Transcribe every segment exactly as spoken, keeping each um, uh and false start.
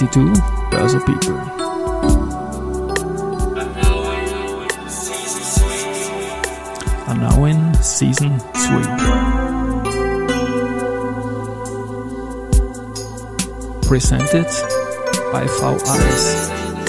twenty-two Börse People. Are now in Season three. Presented by V A S.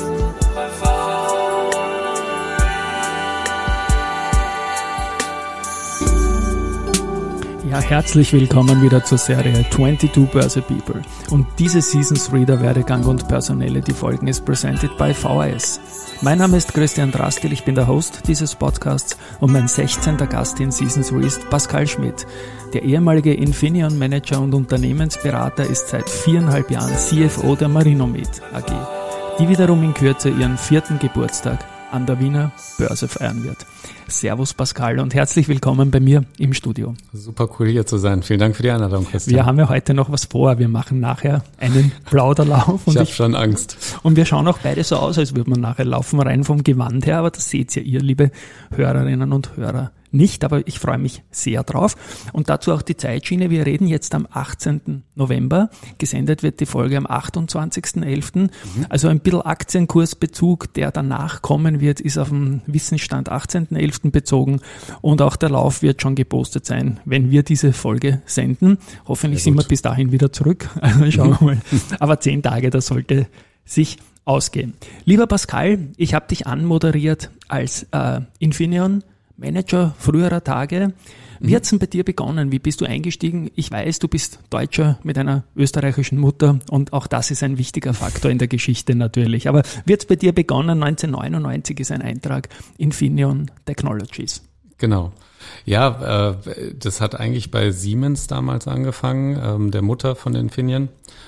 Ja, herzlich willkommen wieder zur Serie twenty-two Börse People. Und diese Season three der Werdegang und Personality Folgen ist presented by V A S. Mein Name ist Christian Drastil, ich bin der Host dieses Podcasts und mein sechzehnter Gast in Season three ist Pascal Schmidt. Der ehemalige Infineon Manager und Unternehmensberater ist seit viereinhalb Jahren C F O der Marinomed A G, die wiederum in Kürze ihren vierten Geburtstag an der Wiener Börse feiern wird. Servus Pascal und herzlich willkommen bei mir im Studio. Super cool hier zu sein. Vielen Dank für die Einladung, Christian. Wir haben ja heute noch was vor. Wir machen nachher einen Plauderlauf. Und ich habe schon Angst. Und wir schauen auch beide so aus, als würde man nachher laufen, rein vom Gewand her. Aber das seht ja ihr, liebe Hörerinnen und Hörer, nicht. Aber ich freue mich sehr drauf. Und dazu auch die Zeitschiene. Wir reden jetzt am achtzehnten November. Gesendet wird die Folge am achtundzwanzigsten elften Mhm. Also ein bisschen Aktienkursbezug, der danach kommen wird, ist auf den Wissensstand achtzehnten elften bezogen. Und auch der Lauf wird schon gepostet sein, wenn wir diese Folge senden. Hoffentlich sind wir bis dahin wieder zurück. Also schauen wir mal. Aber zehn Tage, das sollte sich ausgehen. Lieber Pascal, ich habe dich anmoderiert als äh, Infineon Manager früherer Tage. Wie hat's denn bei dir begonnen? Wie bist du eingestiegen? Ich weiß, du bist Deutscher mit einer österreichischen Mutter und auch das ist ein wichtiger Faktor in der Geschichte natürlich. Aber wie hat's bei dir begonnen? neunzehnhundertneunundneunzig ist ein Eintrag Infineon Technologies. Genau. Ja, äh, das hat eigentlich bei Siemens damals angefangen, ähm, der Mutter von Infineon.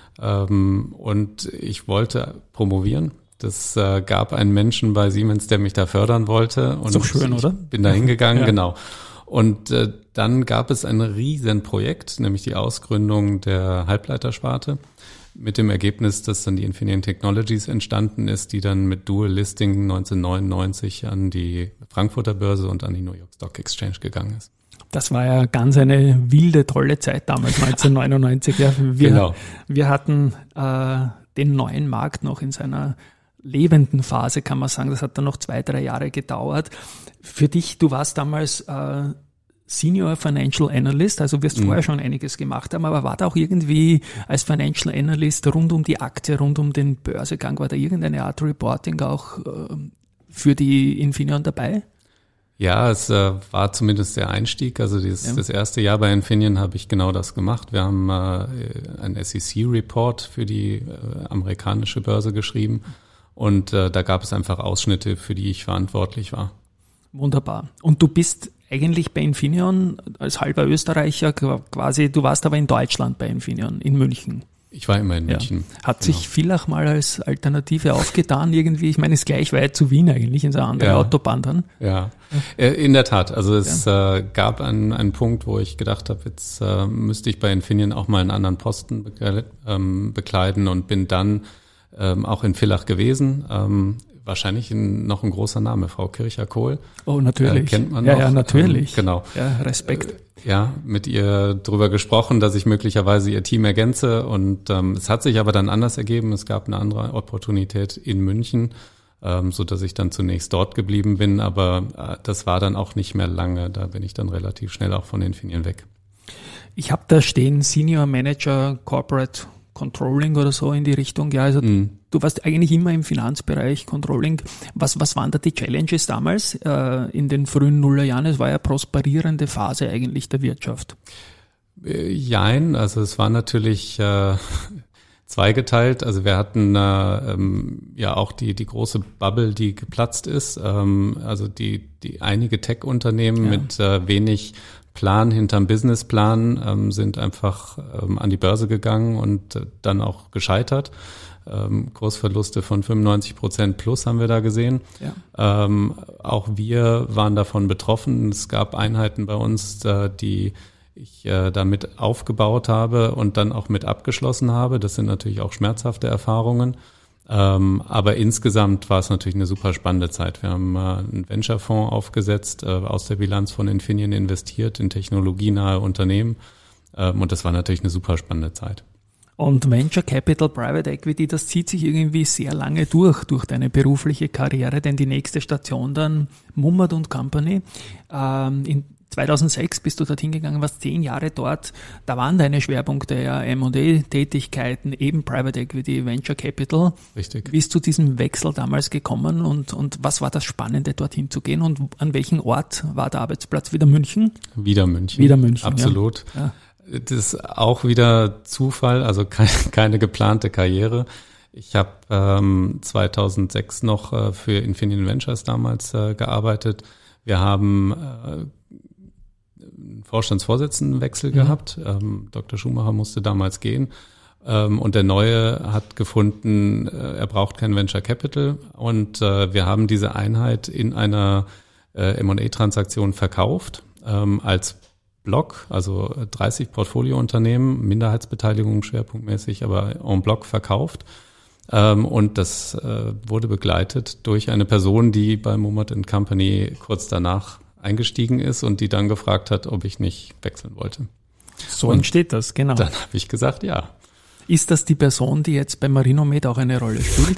Ähm, und ich wollte promovieren. Das äh, gab einen Menschen bei Siemens, der mich da fördern wollte. Und ist doch schön, oder? Bin da hingegangen, ja. Genau. Und äh, dann gab es ein Riesenprojekt, nämlich die Ausgründung der Halbleitersparte, mit dem Ergebnis, dass dann die Infineon Technologies entstanden ist, die dann mit Dual Listing neunzehnhundertneunundneunzig an die Frankfurter Börse und an die New York Stock Exchange gegangen ist. Das war ja ganz eine wilde, tolle Zeit damals, neunzehnhundertneunundneunzig. Ja, wir, genau. wir hatten äh, den neuen Markt noch in seiner lebenden Phase, kann man sagen. Das hat dann noch zwei, drei Jahre gedauert. Für dich, du warst damals äh, Senior Financial Analyst, also wirst mhm. vorher schon einiges gemacht haben, aber war da auch irgendwie als Financial Analyst rund um die Aktie, rund um den Börsegang, war da irgendeine Art Reporting auch äh, für die Infineon dabei? Ja, es äh, war zumindest der Einstieg. Also dieses, ja. das erste Jahr bei Infineon habe ich genau das gemacht. Wir haben äh, einen S E C-Report für die äh, amerikanische Börse geschrieben und äh, da gab es einfach Ausschnitte, für die ich verantwortlich war. Wunderbar. Und du bist eigentlich bei Infineon als halber Österreicher quasi, du warst aber in Deutschland bei Infineon, in München. Ich war immer in München. Ja. Hat genau. sich Villach mal als Alternative aufgetan irgendwie? Ich meine, es ist gleich weit zu Wien eigentlich, in so eine andere ja. Autobahn dann. Ja, in der Tat. Also es ja. äh, gab einen, einen Punkt, wo ich gedacht habe, jetzt äh, müsste ich bei Infineon auch mal einen anderen Posten be- ähm, bekleiden und bin dann ähm, auch in Villach gewesen. Ähm, wahrscheinlich ein, noch ein großer Name, Frau Kircher-Kohl. Oh, natürlich. Äh, kennt man ja, noch. Ja, natürlich. Ähm, genau. Ja, Respekt. Äh, ja, mit ihr drüber gesprochen, dass ich möglicherweise ihr Team ergänze und ähm, es hat sich aber dann anders ergeben. Es gab eine andere Opportunität in München, ähm, so dass ich dann zunächst dort geblieben bin, aber äh, das war dann auch nicht mehr lange. Da bin ich dann relativ schnell auch von Infineon weg. Ich habe da stehen Senior Manager Corporate Controlling oder so in die Richtung. Ja, also mm. du warst eigentlich immer im Finanzbereich Controlling. Was was waren da die Challenges damals äh, in den frühen Nullerjahren? Es war ja prosperierende Phase eigentlich der Wirtschaft. Jein, also es war natürlich äh, zweigeteilt. Also wir hatten äh, ähm, ja auch die die große Bubble, die geplatzt ist. Ähm, also die die einige Tech-Unternehmen ja. mit äh, wenig Plan hinterm Businessplan ähm, sind einfach ähm, an die Börse gegangen und äh, dann auch gescheitert. Ähm, Kursverluste von fünfundneunzig Prozent plus haben wir da gesehen. Ja. Ähm, auch wir waren davon betroffen. Es gab Einheiten bei uns, äh, die ich äh, damit aufgebaut habe und dann auch mit abgeschlossen habe. Das sind natürlich auch schmerzhafte Erfahrungen. Ähm, aber insgesamt war es natürlich eine super spannende Zeit. Wir haben äh, einen Venture-Fonds aufgesetzt, äh, aus der Bilanz von Infineon investiert in technologienahe Unternehmen ähm, und das war natürlich eine super spannende Zeit. Und Venture Capital, Private Equity, das zieht sich irgendwie sehr lange durch, durch deine berufliche Karriere, denn die nächste Station dann, Mummert und Company, ähm, in zweitausendsechs bist du dorthin gegangen, warst zehn Jahre dort, da waren deine Schwerpunkte ja M und A-Tätigkeiten, eben Private Equity, Venture Capital. Richtig. Wie ist zu diesem Wechsel damals gekommen und, und was war das Spannende, dorthin zu gehen und an welchem Ort war der Arbeitsplatz? Wieder München? Wieder München. Wieder München, absolut. Ja. Das ist auch wieder Zufall, also keine, keine geplante Karriere. Ich habe ähm, zweitausendsechs noch äh, für Infineon Ventures damals äh, gearbeitet. Wir haben äh, einen Vorstandsvorsitzendenwechsel mhm. gehabt. Ähm, Doktor Schumacher musste damals gehen. Ähm, und der Neue hat gefunden, äh, er braucht kein Venture Capital. Und äh, wir haben diese Einheit in einer äh, M und A-Transaktion verkauft ähm, als Block, also dreißig Portfoliounternehmen, Minderheitsbeteiligung schwerpunktmäßig, aber en bloc verkauft. Ähm, und das äh, wurde begleitet durch eine Person, die bei Mummert and Company kurz danach eingestiegen ist und die dann gefragt hat, ob ich nicht wechseln wollte. So und entsteht das, genau. Dann habe ich gesagt, ja. Ist das die Person, die jetzt bei Marinomed auch eine Rolle spielt?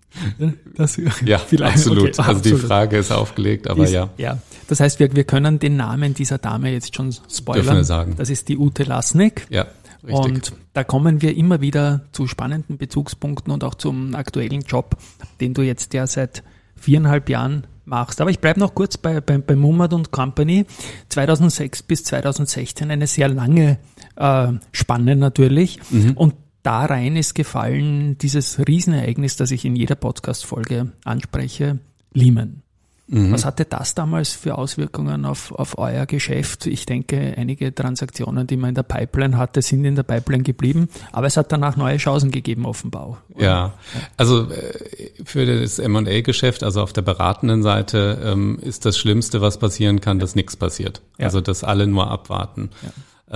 Das, ja, vielleicht. absolut. Okay, also absolut. die Frage ist aufgelegt, aber ist, ja. Ja, das heißt, wir, wir können den Namen dieser Dame jetzt schon spoilern. Dürfen wir sagen. Das ist die Ute Lasnik. Ja, richtig. Und da kommen wir immer wieder zu spannenden Bezugspunkten und auch zum aktuellen Job, den du jetzt ja seit viereinhalb Jahren machst. Aber ich bleibe noch kurz bei, bei, bei Mummert und Company. zweitausendsechs bis zweitausendsechzehn eine sehr lange äh, Spanne natürlich. Mhm. Und da rein ist gefallen dieses Riesenereignis, das ich in jeder Podcast-Folge anspreche, Lehman. Mhm. Was hatte das damals für Auswirkungen auf, auf euer Geschäft? Ich denke, einige Transaktionen, die man in der Pipeline hatte, sind in der Pipeline geblieben, aber es hat danach neue Chancen gegeben, offenbar. Oder? Ja, also für das M und A-Geschäft, also auf der beratenden Seite, ähm, ist das Schlimmste, was passieren kann, dass nichts passiert. Ja. Also dass alle nur abwarten. Ja.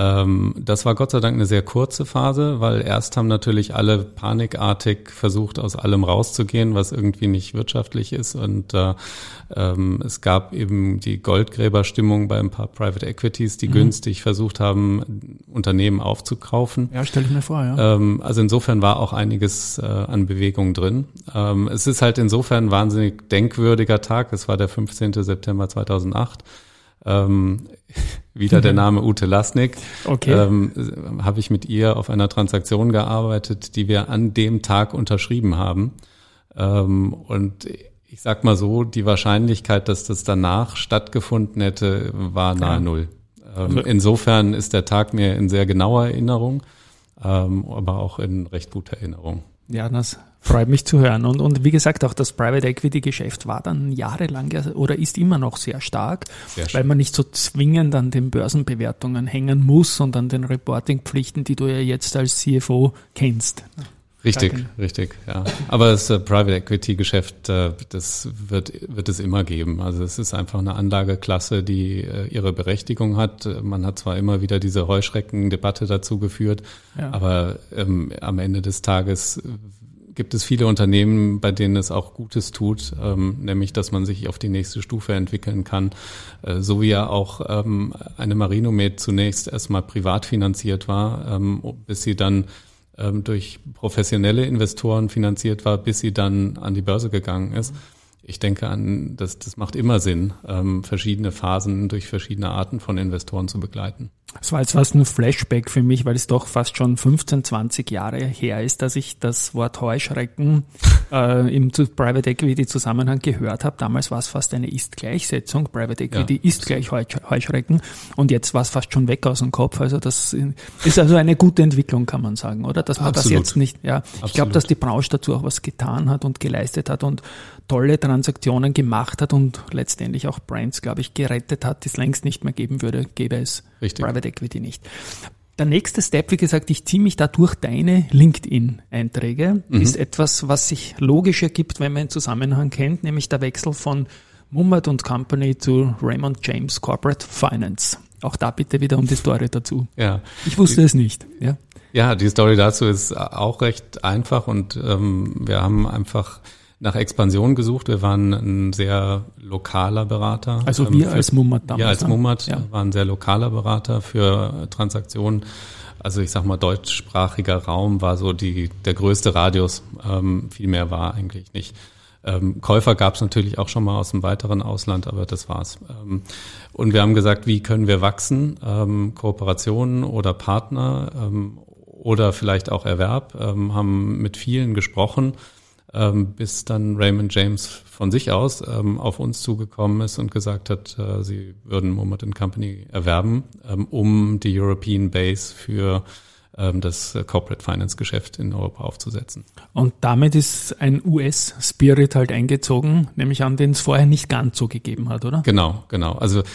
Das war Gott sei Dank eine sehr kurze Phase, weil erst haben natürlich alle panikartig versucht, aus allem rauszugehen, was irgendwie nicht wirtschaftlich ist. Und äh, ähm, es gab eben die Goldgräberstimmung bei ein paar Private Equities, die mhm. günstig versucht haben, Unternehmen aufzukaufen. Ja, stell ich mir vor, ja. Ähm, also insofern war auch einiges äh, an Bewegung drin. Ähm, es ist halt insofern ein wahnsinnig denkwürdiger Tag. Es war der fünfzehnten September zweitausendacht. Ähm, wieder der Name Ute Lasnik. Okay. Ähm, habe ich mit ihr auf einer Transaktion gearbeitet, die wir an dem Tag unterschrieben haben. Ähm, und ich sag mal so, die Wahrscheinlichkeit, dass das danach stattgefunden hätte, war nahe ja. null. Ähm, insofern ist der Tag mir in sehr genauer Erinnerung, ähm, aber auch in recht guter Erinnerung. Ja, das freut mich zu hören. Und, und wie gesagt, auch das Private Equity Geschäft war dann jahrelang oder ist immer noch sehr stark, sehr weil man nicht so zwingend an den Börsenbewertungen hängen muss und an den Reportingpflichten, die du ja jetzt als C F O kennst. Richtig, richtig, ja. Aber das äh, Private Equity Geschäft, äh, das wird, wird es immer geben. Also es ist einfach eine Anlageklasse, die äh, ihre Berechtigung hat. Man hat zwar immer wieder diese Heuschrecken-Debatte dazu geführt, ja. aber ähm, am Ende des Tages gibt es viele Unternehmen, bei denen es auch Gutes tut, ähm, nämlich, dass man sich auf die nächste Stufe entwickeln kann, äh, so wie ja auch ähm, eine Marinomed zunächst erstmal privat finanziert war, ähm, bis sie dann ähm, durch professionelle Investoren finanziert war, bis sie dann an die Börse gegangen ist. Ich denke an, das, das macht immer Sinn, ähm, verschiedene Phasen durch verschiedene Arten von Investoren zu begleiten. Das war jetzt fast ein Flashback für mich, weil es doch fast schon fünfzehn, zwanzig Jahre her ist, dass ich das Wort Heuschrecken äh, im Private Equity Zusammenhang gehört habe. Damals war es fast eine Ist-Gleichsetzung. Private Equity ja, ist gleich Heuschrecken und jetzt war es fast schon weg aus dem Kopf. Also das ist also eine gute Entwicklung, kann man sagen, oder? Dass man Absolut. das jetzt nicht, ja. Absolut. Ich glaube, dass die Branche dazu auch was getan hat und geleistet hat und tolle Transaktionen gemacht hat und letztendlich auch Brands, glaube ich, gerettet hat, die es längst nicht mehr geben würde, gäbe es Richtig. Private Equity nicht. Der nächste Step, wie gesagt, ich ziehe mich da durch deine LinkedIn-Einträge, mhm. ist etwas, was sich logisch ergibt, wenn man einen Zusammenhang kennt, nämlich der Wechsel von Mummert und Company zu Raymond James Corporate Finance. Auch da bitte wieder um die Story dazu. Ja. Ich wusste die, es nicht. Ja. ja, die Story dazu ist auch recht einfach und ähm, wir haben einfach nach Expansion gesucht. Wir waren ein sehr lokaler Berater. Also wir als Mummert damals. Wir als Mummert ja. waren ein sehr lokaler Berater für Transaktionen. Also ich sag mal, deutschsprachiger Raum war so die der größte Radius. Ähm, viel mehr war eigentlich nicht. Ähm, Käufer gab es natürlich auch schon mal aus dem weiteren Ausland, aber das war's. Ähm, und wir haben gesagt, wie können wir wachsen? Ähm, Kooperationen oder Partner ähm, oder vielleicht auch Erwerb. Ähm, haben mit vielen gesprochen, ähm, bis dann Raymond James von sich aus ähm, auf uns zugekommen ist und gesagt hat, äh, sie würden Mummert and Company erwerben, ähm, um die European Base für das Corporate Finance Geschäft in Europa aufzusetzen. Und damit ist ein U S-Spirit halt eingezogen, nämlich an den es vorher nicht ganz so gegeben hat, oder? Genau, genau. Also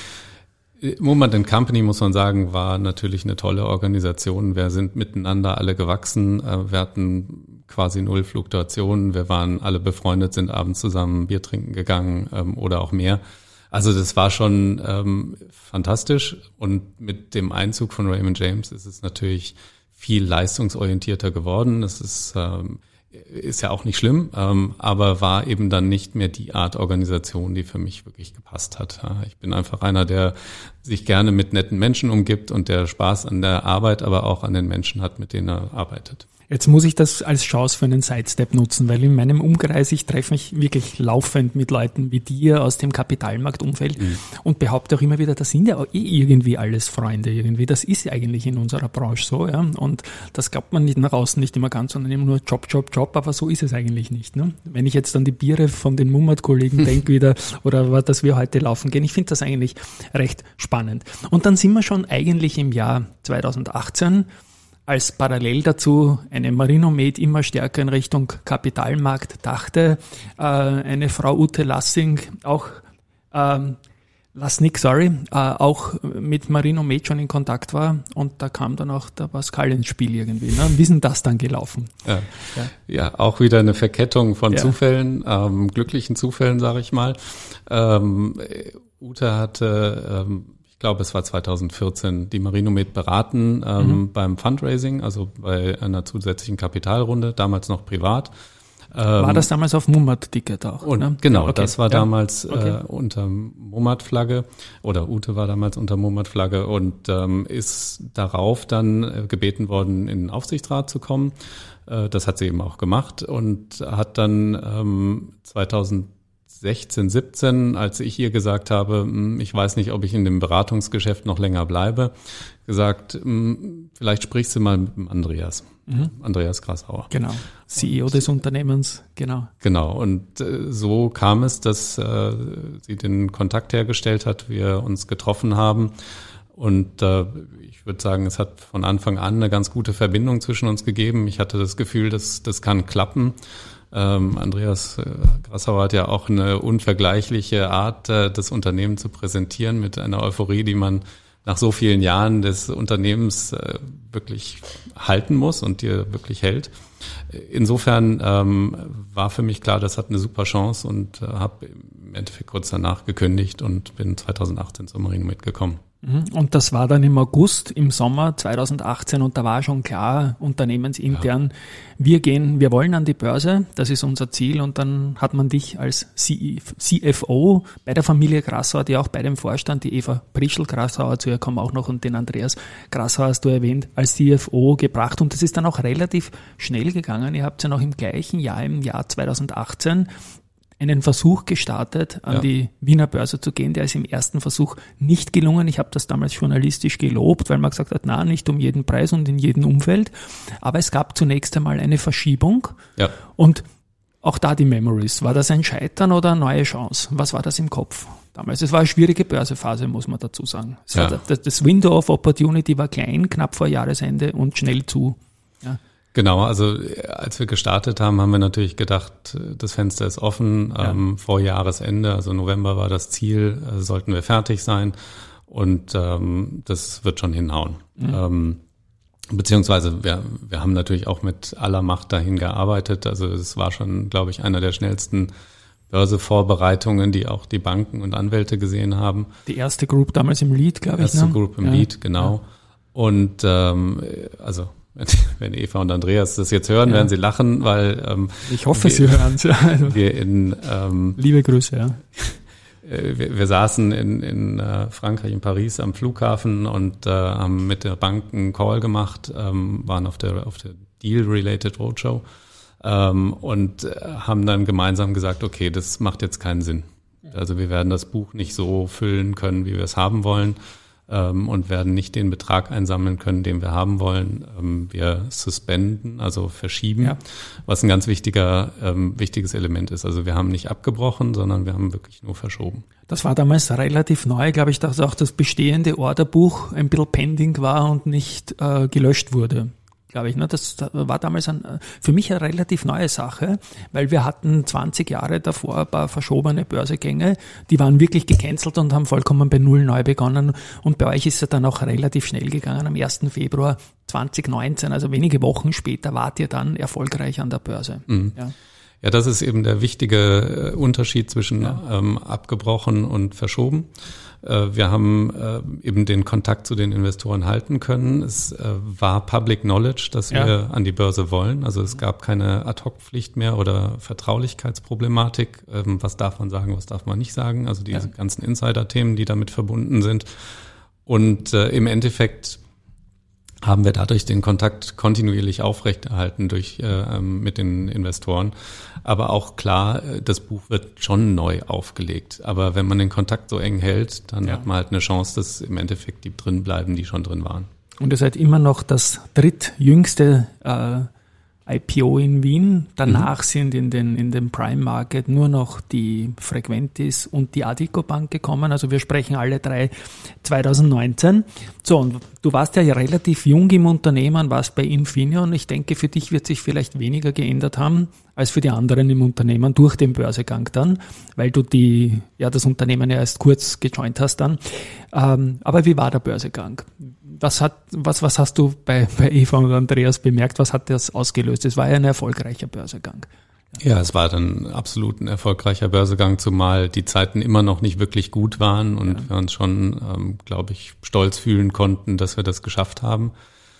Mummert and Company, muss man sagen, war natürlich eine tolle Organisation. Wir sind miteinander alle gewachsen. Wir hatten quasi null Fluktuationen. Wir waren alle befreundet, sind abends zusammen Bier trinken gegangen ähm, oder auch mehr. Also das war schon ähm, fantastisch. Und mit dem Einzug von Raymond James ist es natürlich viel leistungsorientierter geworden. Das ist, ähm, ist ja auch nicht schlimm, ähm, aber war eben dann nicht mehr die Art Organisation, die für mich wirklich gepasst hat. Ich bin einfach einer, der sich gerne mit netten Menschen umgibt und der Spaß an der Arbeit, aber auch an den Menschen hat, mit denen er arbeitet. Jetzt muss ich das als Chance für einen Sidestep nutzen, weil in meinem Umkreis, ich treffe mich wirklich laufend mit Leuten wie dir aus dem Kapitalmarktumfeld mhm. und behaupte auch immer wieder, das sind ja auch eh irgendwie alles Freunde irgendwie. Das ist ja eigentlich in unserer Branche so, ja. Und das glaubt man nicht nach außen nicht immer ganz, sondern immer nur Job, Job, Job, aber so ist es eigentlich nicht, ne? Wenn ich jetzt an die Biere von den Mummert-Kollegen denke wieder oder dass wir heute laufen gehen, ich finde das eigentlich recht spannend. Und dann sind wir schon eigentlich im Jahr zwanzig achtzehn, als parallel dazu eine Marinomed immer stärker in Richtung Kapitalmarkt dachte, äh, eine Frau Ute Lassing, auch ähm, Lasnik, sorry, äh, auch mit Marinomed schon in Kontakt war und da kam dann auch der Pascal ins Spiel irgendwie. Ne? Wie ist denn das dann gelaufen? Ja, ja. ja auch wieder eine Verkettung von ja. Zufällen, ähm, glücklichen Zufällen, sage ich mal. Ähm, Ute hatte ähm, ich glaube, es war zwanzig vierzehn, die Marinomed beraten ähm, mhm. beim Fundraising, also bei einer zusätzlichen Kapitalrunde, damals noch privat. Ähm, war das damals auf Mummert-Ticket auch? Und ne? Genau, ja, okay. das war ja. damals okay. äh, unter Mummert-Flagge oder Ute war damals unter Mummert-Flagge und ähm, ist darauf dann äh, gebeten worden, in den Aufsichtsrat zu kommen. Äh, das hat sie eben auch gemacht und hat dann ähm, zwanzig sechzehn, siebzehn, als ich ihr gesagt habe, ich weiß nicht, ob ich in dem Beratungsgeschäft noch länger bleibe, gesagt, vielleicht sprichst du mal mit dem Andreas, mhm. Andreas Grassauer. Genau, C E O und, des Unternehmens, genau. Genau, und äh, so kam es, dass äh, sie den Kontakt hergestellt hat, wir uns getroffen haben und äh, ich würde sagen, es hat von Anfang an eine ganz gute Verbindung zwischen uns gegeben. Ich hatte das Gefühl, dass das kann klappen. Ähm, Andreas äh, Grassauer hat ja auch eine unvergleichliche Art, äh, das Unternehmen zu präsentieren mit einer Euphorie, die man nach so vielen Jahren des Unternehmens äh, wirklich halten muss und dir wirklich hält. Insofern ähm, war für mich klar, das hat eine super Chance und äh, habe im Endeffekt kurz danach gekündigt und bin zwanzig achtzehn zur Marinomed gekommen. Und das war dann im August, im Sommer zwanzig achtzehn und da war schon klar, unternehmensintern, ja. wir gehen, wir wollen an die Börse, das ist unser Ziel und dann hat man dich als C F O bei der Familie Grassauer, die auch bei dem Vorstand, die Eva Prischl-Grassauer, zu ihr kommen auch noch und den Andreas Grassauer hast du erwähnt, als C F O gebracht und das ist dann auch relativ schnell gegangen. Ihr habt ja noch im gleichen Jahr, im Jahr zwanzig achtzehn, einen Versuch gestartet, an ja. die Wiener Börse zu gehen. Der ist im ersten Versuch nicht gelungen. Ich habe das damals journalistisch gelobt, weil man gesagt hat, na, nicht um jeden Preis und in jedem Umfeld. Aber es gab zunächst einmal eine Verschiebung. Ja. Und auch da die Memories. War das ein Scheitern oder eine neue Chance? Was war das im Kopf damals? Es war eine schwierige Börsephase, muss man dazu sagen. Es ja. war das, das Window of Opportunity war klein, knapp vor Jahresende und schnell zu. Ja. Genau, also als wir gestartet haben, haben wir natürlich gedacht, das Fenster ist offen, ja. ähm, vor Jahresende, also November war das Ziel, äh, sollten wir fertig sein und ähm, das wird schon hinhauen. Mhm. Ähm, beziehungsweise wir, wir haben natürlich auch mit aller Macht dahin gearbeitet, also es war schon, glaube ich, einer der schnellsten Börsevorbereitungen, die auch die Banken und Anwälte gesehen haben. Die erste Group damals im Lead, glaube ich. Erste ne? Group im ja. Lead, genau. Ja. Und ähm, also wenn Eva und Andreas das jetzt hören, ja. werden sie lachen, weil ähm, ich hoffe, wir, sie hören es. Ja. Also, wir in ähm, liebe Grüße, ja. Wir, wir saßen in, in äh, Frankreich, in Paris am Flughafen und äh, haben mit der Bank einen Call gemacht, ähm, waren auf der auf der Deal-Related Roadshow ähm, und äh, haben dann gemeinsam gesagt, okay, das macht jetzt keinen Sinn. Also wir werden das Buch nicht so füllen können, wie wir es haben wollen ähm, und werden nicht den Betrag einsammeln können, den wir haben wollen. Ähm, wir suspenden, also verschieben, ja. was ein ganz wichtiger, ähm, wichtiges Element ist. Also wir haben nicht abgebrochen, sondern wir haben wirklich nur verschoben. Das war damals relativ neu, glaube ich, dass auch das bestehende Orderbuch ein bisschen pending war und nicht äh, gelöscht wurde. Glaube ich, ne? Das war damals ein, für mich eine relativ neue Sache, weil wir hatten zwanzig Jahre davor ein paar verschobene Börsegänge, die waren wirklich gecancelt und haben vollkommen bei Null neu begonnen. Und bei euch ist es dann auch relativ schnell gegangen. Am ersten Februar zwanzig neunzehn, also wenige Wochen später, wart ihr dann erfolgreich an der Börse. Mhm. Ja. Ja, das ist eben der wichtige Unterschied zwischen ja. ähm, abgebrochen und verschoben. Äh, wir haben äh, eben den Kontakt zu den Investoren halten können. Es äh, war Public Knowledge, dass ja. wir an die Börse wollen. Also es gab keine Ad-Hoc-Pflicht mehr oder Vertraulichkeitsproblematik. Ähm, was darf man sagen, was darf man nicht sagen? Also diese ja. ganzen Insider-Themen, die damit verbunden sind. Und äh, im Endeffekt haben wir dadurch den Kontakt kontinuierlich aufrechterhalten durch äh, mit den Investoren. Aber auch klar, das Buch wird schon neu aufgelegt. Aber wenn man den Kontakt so eng hält, dann ja. hat man halt eine Chance, dass im Endeffekt die drin bleiben, die schon drin waren. Und ihr seid immer noch das drittjüngste äh, I P O in Wien. Danach mhm. sind in den in den Prime Market nur noch die Frequentis und die Addiko Bank gekommen. Also wir sprechen alle drei zwanzig neunzehn. So, und du warst ja relativ jung im Unternehmen, warst bei Infineon. Ich denke, für dich wird sich vielleicht weniger geändert haben als für die anderen im Unternehmen durch den Börsegang dann, weil du die ja das Unternehmen ja erst kurz gejoint hast dann. Ähm, aber wie war der Börsegang? Was hat, was, was hast du bei, bei Eva und Andreas bemerkt? Was hat das ausgelöst? Es war ja ein erfolgreicher Börsegang. Ja, es war dann absolut ein erfolgreicher Börsegang, zumal die Zeiten immer noch nicht wirklich gut waren und ja. wir uns schon, ähm, glaube ich, stolz fühlen konnten, dass wir das geschafft haben.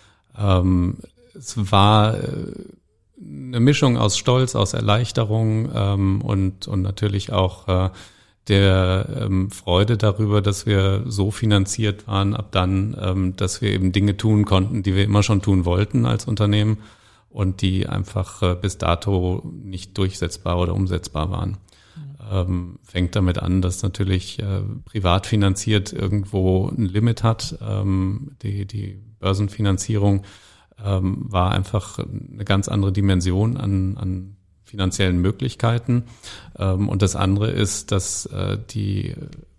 Ähm, es war äh, eine Mischung aus Stolz, aus Erleichterung ähm, und, und natürlich auch äh, der ähm, Freude darüber, dass wir so finanziert waren, ab dann, ähm, dass wir eben Dinge tun konnten, die wir immer schon tun wollten als Unternehmen und die einfach äh, bis dato nicht durchsetzbar oder umsetzbar waren. Mhm. Ähm, fängt damit an, dass natürlich äh, privat finanziert irgendwo ein Limit hat. Ähm, die, die Börsenfinanzierung ähm, war einfach eine ganz andere Dimension an, an finanziellen Möglichkeiten. Und das andere ist, dass die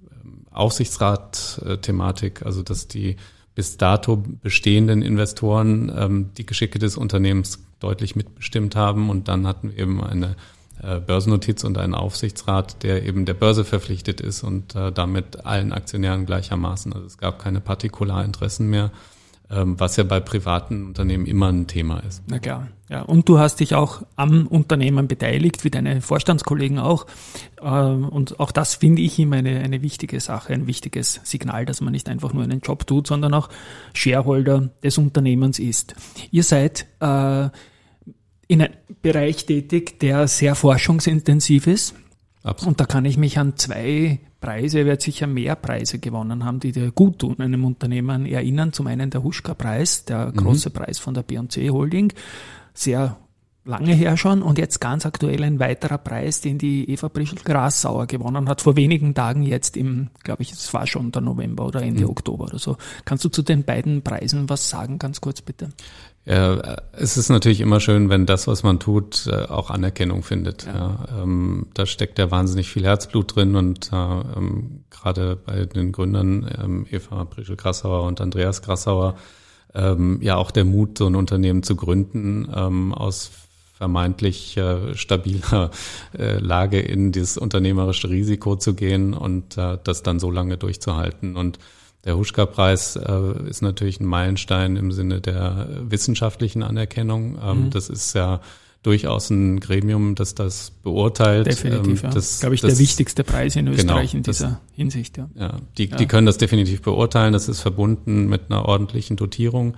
Aufsichtsrat-Thematik, also dass die bis dato bestehenden Investoren die Geschicke des Unternehmens deutlich mitbestimmt haben. Und dann hatten wir eben eine Börsennotiz und einen Aufsichtsrat, der eben der Börse verpflichtet ist und damit allen Aktionären gleichermaßen. Also es gab keine Partikularinteressen mehr, was ja bei privaten Unternehmen immer ein Thema ist. Na klar, ja. Und du hast dich auch am Unternehmen beteiligt, wie deine Vorstandskollegen auch. Und auch das finde ich immer eine, eine wichtige Sache, ein wichtiges Signal, dass man nicht einfach nur einen Job tut, sondern auch Shareholder des Unternehmens ist. Ihr seid äh, in einem Bereich tätig, der sehr forschungsintensiv ist. Absolut. Und da kann ich mich an zwei Preise, wird sicher mehr Preise gewonnen haben, die dir gut tun, einem Unternehmen erinnern. Zum einen der Huschka-Preis, der mhm. große Preis von der B und C Holding, sehr lange her schon, und jetzt ganz aktuell ein weiterer Preis, den die Eva Prischl-Grassauer gewonnen hat, vor wenigen Tagen jetzt im, glaube ich, es war schon der November oder Ende mhm. Oktober oder so. Kannst du zu den beiden Preisen was sagen, ganz kurz bitte? Ja, es ist natürlich immer schön, wenn das, was man tut, auch Anerkennung findet. Ja. Ja, ähm, da steckt ja wahnsinnig viel Herzblut drin und äh, ähm, gerade bei den Gründern ähm, Eva Prischl-Grassauer und Andreas Grassauer ähm, ja auch der Mut, so ein Unternehmen zu gründen, ähm, aus vermeintlich äh, stabiler äh, Lage in dieses unternehmerische Risiko zu gehen und äh, das dann so lange durchzuhalten. Und der Huschka-Preis äh, ist natürlich ein Meilenstein im Sinne der wissenschaftlichen Anerkennung. Ähm, mhm. Das ist ja durchaus ein Gremium, das das beurteilt. Definitiv, ähm, das, ja. Glaube ich, das, der wichtigste Preis in Österreich genau, in dieser das, Hinsicht. Ja, ja, die, ja. die können das definitiv beurteilen. Das ist verbunden mit einer ordentlichen Dotierung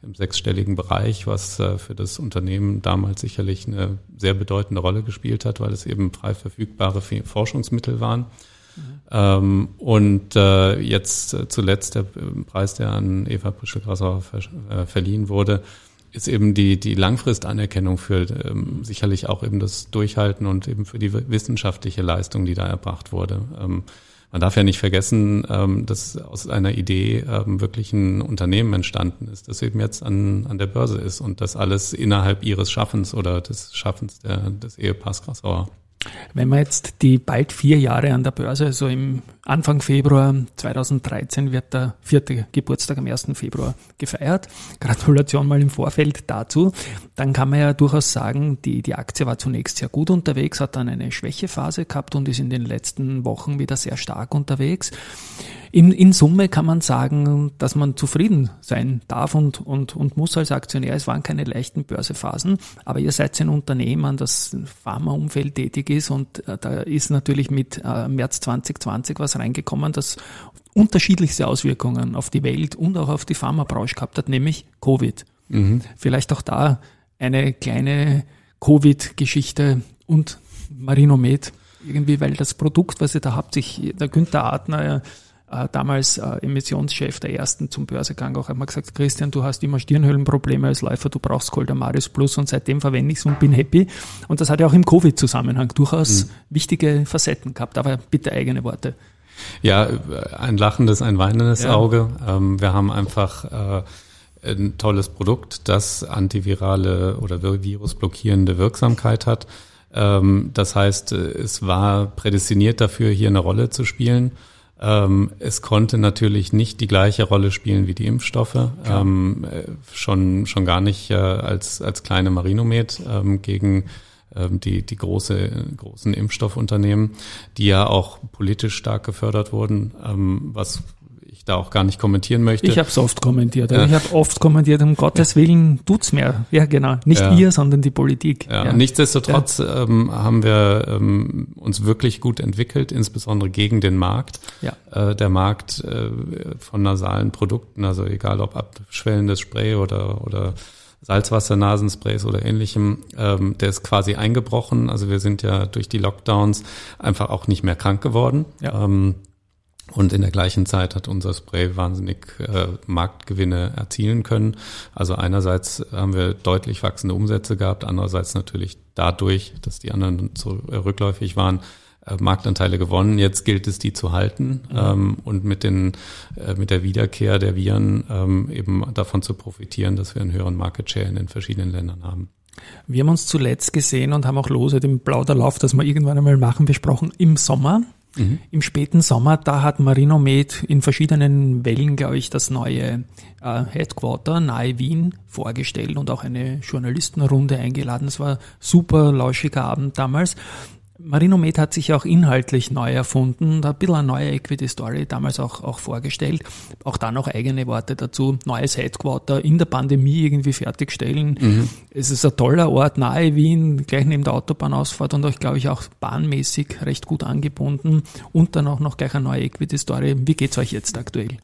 im sechsstelligen Bereich, was äh, für das Unternehmen damals sicherlich eine sehr bedeutende Rolle gespielt hat, weil es eben frei verfügbare Forschungsmittel waren. Mhm. Ähm, und äh, jetzt äh, zuletzt der Preis, der an Eva Prischl-Grassauer ver, äh, verliehen wurde, ist eben die die Langfristanerkennung für ähm, sicherlich auch eben das Durchhalten und eben für die wissenschaftliche Leistung, die da erbracht wurde. Ähm, man darf ja nicht vergessen, ähm, dass aus einer Idee ähm, wirklich ein Unternehmen entstanden ist, das eben jetzt an an der Börse ist und das alles innerhalb ihres Schaffens oder des Schaffens der, des Ehepaars Grassauer. Wenn man jetzt die bald vier Jahre an der Börse, also im Anfang Februar zweitausenddreizehn wird der vierte Geburtstag am ersten Februar gefeiert. Gratulation mal im Vorfeld dazu. Dann kann man ja durchaus sagen, die, die Aktie war zunächst sehr gut unterwegs, hat dann eine Schwächephase gehabt und ist in den letzten Wochen wieder sehr stark unterwegs. In, in Summe kann man sagen, dass man zufrieden sein darf und, und, und muss als Aktionär. Es waren keine leichten Börsephasen, aber ihr seid ein Unternehmen, das im Pharmaumfeld tätig ist und äh, da ist natürlich mit äh, März zwanzig zwanzig was reingekommen, das unterschiedlichste Auswirkungen auf die Welt und auch auf die Pharmabranche gehabt hat, nämlich Covid. Mhm. Vielleicht auch da eine kleine Covid-Geschichte und Marinomed irgendwie, weil das Produkt, was ihr da habt, sich der Günther Adner, äh, damals äh, Emissionschef der ersten zum Börsegang, auch einmal gesagt, Christian, du hast immer Stirnhöhlenprobleme als Läufer, du brauchst Coldamaris Plus und seitdem verwende ich es und bin happy. Und das hat ja auch im Covid-Zusammenhang durchaus mhm. wichtige Facetten gehabt, aber bitte eigene Worte. Ja, ein lachendes, ein weinendes ja. Auge. Ähm, wir haben einfach äh, ein tolles Produkt, das antivirale oder virusblockierende Wirksamkeit hat. Ähm, das heißt, es war prädestiniert dafür, hier eine Rolle zu spielen. Ähm, es konnte natürlich nicht die gleiche Rolle spielen wie die Impfstoffe, ja. ähm, schon schon gar nicht äh, als als kleine Marinomed ähm, gegen ähm, die die große großen Impfstoffunternehmen, die ja auch politisch stark gefördert wurden, ähm, was ich da auch gar nicht kommentieren möchte. Ich habe es oft kommentiert. Ja. Ich habe oft kommentiert, um Gottes Willen tut's mehr. Ja, genau. Nicht ja. ihr, sondern die Politik. Ja. Ja. Nichtsdestotrotz ja. Ähm, haben wir ähm, uns wirklich gut entwickelt, insbesondere gegen den Markt. Ja. Äh, der Markt äh, von nasalen Produkten, also egal ob abschwellendes Spray oder oder Salzwassernasensprays oder ähnlichem, ähm, der ist quasi eingebrochen. Also wir sind ja durch die Lockdowns einfach auch nicht mehr krank geworden. Ja. Ähm, Und in der gleichen Zeit hat unser Spray wahnsinnig äh, Marktgewinne erzielen können. Also einerseits haben wir deutlich wachsende Umsätze gehabt, andererseits natürlich dadurch, dass die anderen so äh, rückläufig waren, äh, Marktanteile gewonnen. Jetzt gilt es, die zu halten mhm. ähm, und mit den äh, mit der Wiederkehr der Viren ähm, eben davon zu profitieren, dass wir einen höheren Market Share in den verschiedenen Ländern haben. Wir haben uns zuletzt gesehen und haben auch lose den Plauderlauf, das wir irgendwann einmal machen, besprochen im Sommer. Mhm. Im späten Sommer, da hat Marinomed in verschiedenen Wellen, glaube ich, das neue äh, Headquarter nahe Wien vorgestellt und auch eine Journalistenrunde eingeladen. Es war super lauschiger Abend damals. Marinomed hat sich auch inhaltlich neu erfunden, da ein bisschen eine neue Equity-Story damals auch, auch vorgestellt. Auch da noch eigene Worte dazu. Neues Headquarter in der Pandemie irgendwie fertigstellen. Mhm. Es ist ein toller Ort, nahe Wien, gleich neben der Autobahnausfahrt und euch, glaube ich, auch bahnmäßig recht gut angebunden. Und dann auch noch gleich eine neue Equity-Story. Wie geht's euch jetzt aktuell?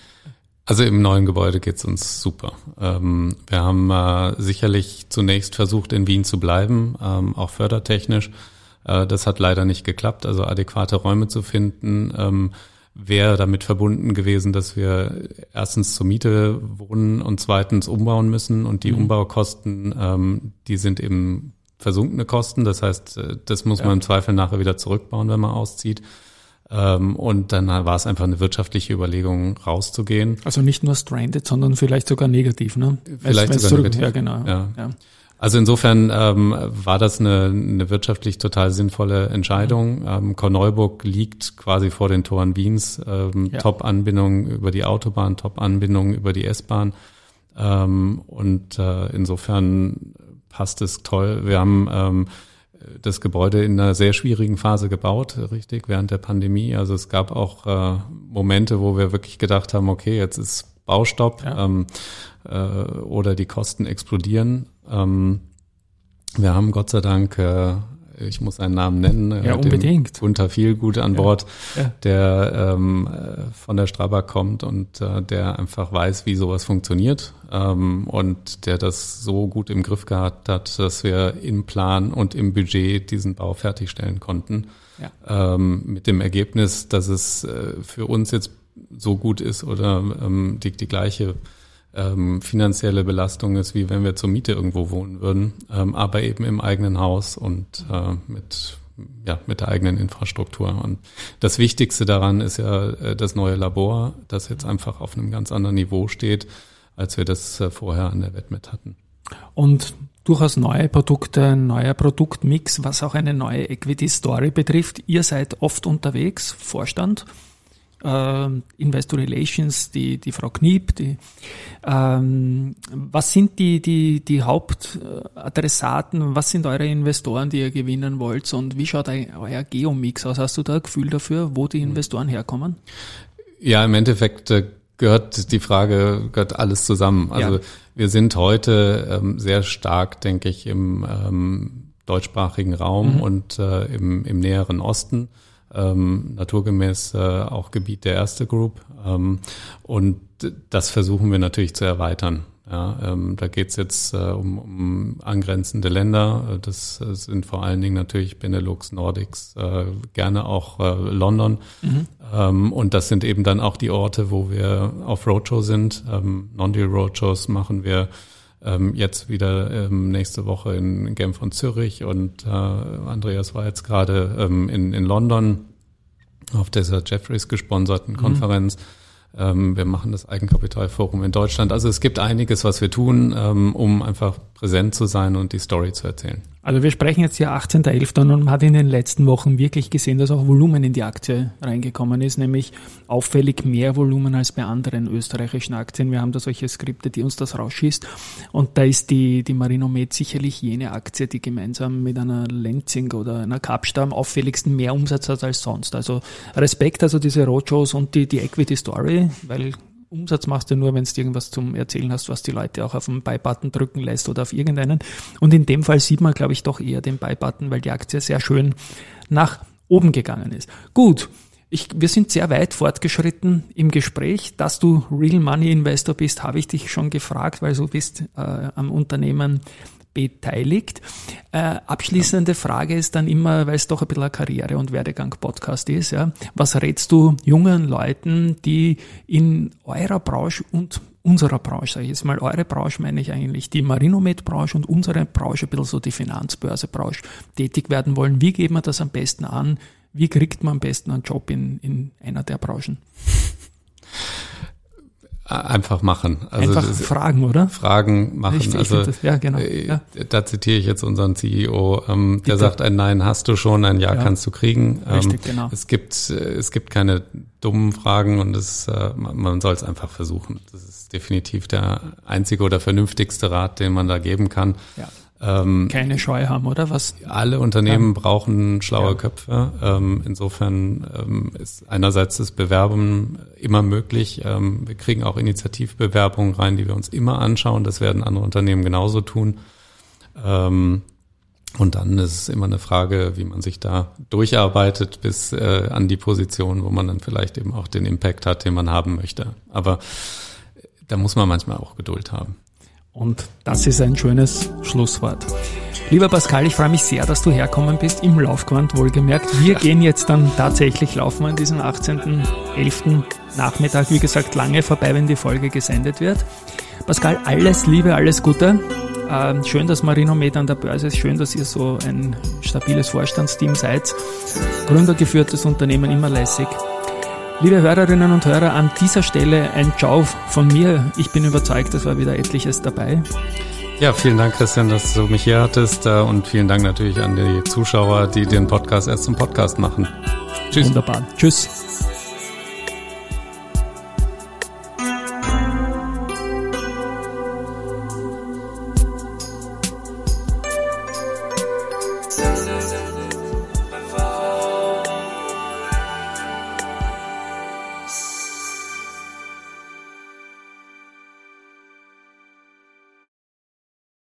Also im neuen Gebäude geht's uns super. Ähm, wir haben äh, sicherlich zunächst versucht, in Wien zu bleiben, ähm, auch fördertechnisch. Das hat leider nicht geklappt, also adäquate Räume zu finden, ähm, wäre damit verbunden gewesen, dass wir erstens zur Miete wohnen und zweitens umbauen müssen und die mhm. Umbaukosten, ähm, die sind eben versunkene Kosten, das heißt, das muss ja. man im Zweifel nachher wieder zurückbauen, wenn man auszieht. Ähm, und dann war es einfach eine wirtschaftliche Überlegung, rauszugehen. Also nicht nur stranded, sondern vielleicht sogar negativ, ne? Vielleicht sogar zurück, negativ. Ja, genau. Ja. Ja. Also insofern ähm, war das eine, eine wirtschaftlich total sinnvolle Entscheidung. Ähm, Korneuburg liegt quasi vor den Toren Wiens. Ähm, ja. Top-Anbindung über die Autobahn, Top-Anbindung über die S-Bahn. Ähm, und äh, insofern passt es toll. Wir haben ähm, das Gebäude in einer sehr schwierigen Phase gebaut, richtig, während der Pandemie. Also es gab auch äh, Momente, wo wir wirklich gedacht haben, okay, jetzt ist Baustopp ja. ähm, äh, oder die Kosten explodieren. Ähm, wir haben Gott sei Dank äh, ich muss seinen Namen nennen. Ja, unbedingt. Gunther Vielgut an Bord, ja. Ja. der ähm, von der Strabag kommt und äh, der einfach weiß, wie sowas funktioniert ähm, und der das so gut im Griff gehabt hat, dass wir im Plan und im Budget diesen Bau fertigstellen konnten. Ja. Ähm, mit dem Ergebnis, dass es äh, für uns jetzt so gut ist oder ähm, die, die gleiche ähm, finanzielle Belastung ist, wie wenn wir zur Miete irgendwo wohnen würden, ähm, aber eben im eigenen Haus und äh, mit ja mit der eigenen Infrastruktur. Und das Wichtigste daran ist ja äh, das neue Labor, das jetzt einfach auf einem ganz anderen Niveau steht, als wir das äh, vorher an der Wetmet hatten. Und durchaus neue Produkte, ein neuer Produktmix, was auch eine neue Equity-Story betrifft. Ihr seid oft unterwegs, Vorstand, äh, Investor Relations, die, die Frau Kniep. Die, ähm, was sind die, die, die Hauptadressaten? Was sind eure Investoren, die ihr gewinnen wollt? Und wie schaut euer Geomix aus? Hast du da ein Gefühl dafür, wo die Investoren herkommen? Ja, im Endeffekt äh, gehört die Frage, gehört alles zusammen. Also ja. Wir sind heute ähm, sehr stark, denke ich, im ähm, deutschsprachigen Raum mhm. und äh, im, im näheren Osten, ähm, naturgemäß äh, auch Gebiet der Erste Group. Ähm, und das versuchen wir natürlich zu erweitern. Ja, ähm, da geht's jetzt äh, um, um angrenzende Länder. Das äh, sind vor allen Dingen natürlich Benelux, Nordics, äh, gerne auch äh, London. Mhm. Ähm, und das sind eben dann auch die Orte, wo wir auf Roadshow sind. Ähm, Non-Deal-Roadshows machen wir ähm, jetzt wieder ähm, nächste Woche in Genf und Zürich. Und äh, Andreas war jetzt gerade ähm, in, in London auf dieser Jefferies gesponserten Konferenz. Mhm. Wir machen das Eigenkapitalforum in Deutschland. Also es gibt einiges, was wir tun, um einfach präsent zu sein und die Story zu erzählen. Also wir sprechen jetzt ja achtzehnter elfter und man hat in den letzten Wochen wirklich gesehen, dass auch Volumen in die Aktie reingekommen ist, nämlich auffällig mehr Volumen als bei anderen österreichischen Aktien. Wir haben da solche Skripte, die uns das rausschießt. Und da ist die, die Marinomed sicherlich jene Aktie, die gemeinsam mit einer Lenzing oder einer Kapstadt am auffälligsten mehr Umsatz hat als sonst. Also Respekt, also diese Roadshows und die, die Equity Story, weil Umsatz machst du nur, wenn du irgendwas zum Erzählen hast, was die Leute auch auf den Buy-Button drücken lässt oder auf irgendeinen. Und in dem Fall sieht man, glaube ich, doch eher den Buy-Button, weil die Aktie sehr schön nach oben gegangen ist. Gut, ich, wir sind sehr weit fortgeschritten im Gespräch. Dass du Real Money Investor bist, habe ich dich schon gefragt, weil du bist äh, am Unternehmen beteiligt. Äh, abschließende Frage ist dann immer, weil es doch ein bisschen ein Karriere- und Werdegang-Podcast ist, ja, was rätst du jungen Leuten, die in eurer Branche und unserer Branche, sage ich jetzt mal, eure Branche meine ich eigentlich, die Marinomed-Branche und unsere Branche, ein bisschen so die Finanzbörse-Branche, tätig werden wollen? Wie geht man das am besten an? Wie kriegt man am besten einen Job in, in einer der Branchen? Einfach machen. Also Einfach fragen, oder? Fragen machen. Ich, ich also das, ja, genau. Ja. Da zitiere ich jetzt unseren C E O, ähm, der sagt, ein Nein hast du schon, ein Ja, ja. kannst du kriegen. Richtig, ähm, genau. Es gibt es gibt keine dummen Fragen und es, äh, man soll es einfach versuchen. Das ist definitiv der einzige oder vernünftigste Rat, den man da geben kann. Ja. Ähm, Keine Scheu haben, oder was? Alle Unternehmen ja. brauchen schlaue ja. Köpfe. Ähm, insofern ähm, ist einerseits das Bewerben immer möglich. Ähm, wir kriegen auch Initiativbewerbungen rein, die wir uns immer anschauen. Das werden andere Unternehmen genauso tun. Ähm, und dann ist es immer eine Frage, wie man sich da durcharbeitet bis äh, an die Position, wo man dann vielleicht eben auch den Impact hat, den man haben möchte. Aber da muss man manchmal auch Geduld haben. Und das ist ein schönes Schlusswort. Lieber Pascal, ich freue mich sehr, dass du herkommen bist, im Laufquant wohlgemerkt. Wir gehen jetzt dann tatsächlich laufen an diesem achtzehnten elften Nachmittag. Wie gesagt, lange vorbei, wenn die Folge gesendet wird. Pascal, alles Liebe, alles Gute. Äh, schön, dass Marinomed an der Börse ist. Schön, dass ihr so ein stabiles Vorstandsteam seid. Gründergeführtes Unternehmen, immer lässig. Liebe Hörerinnen und Hörer, an dieser Stelle ein Ciao von mir. Ich bin überzeugt, es war wieder etliches dabei. Ja, vielen Dank, Christian, dass du mich hier hattest und vielen Dank natürlich an die Zuschauer, die den Podcast erst zum Podcast machen. Tschüss. Wunderbar. Tschüss.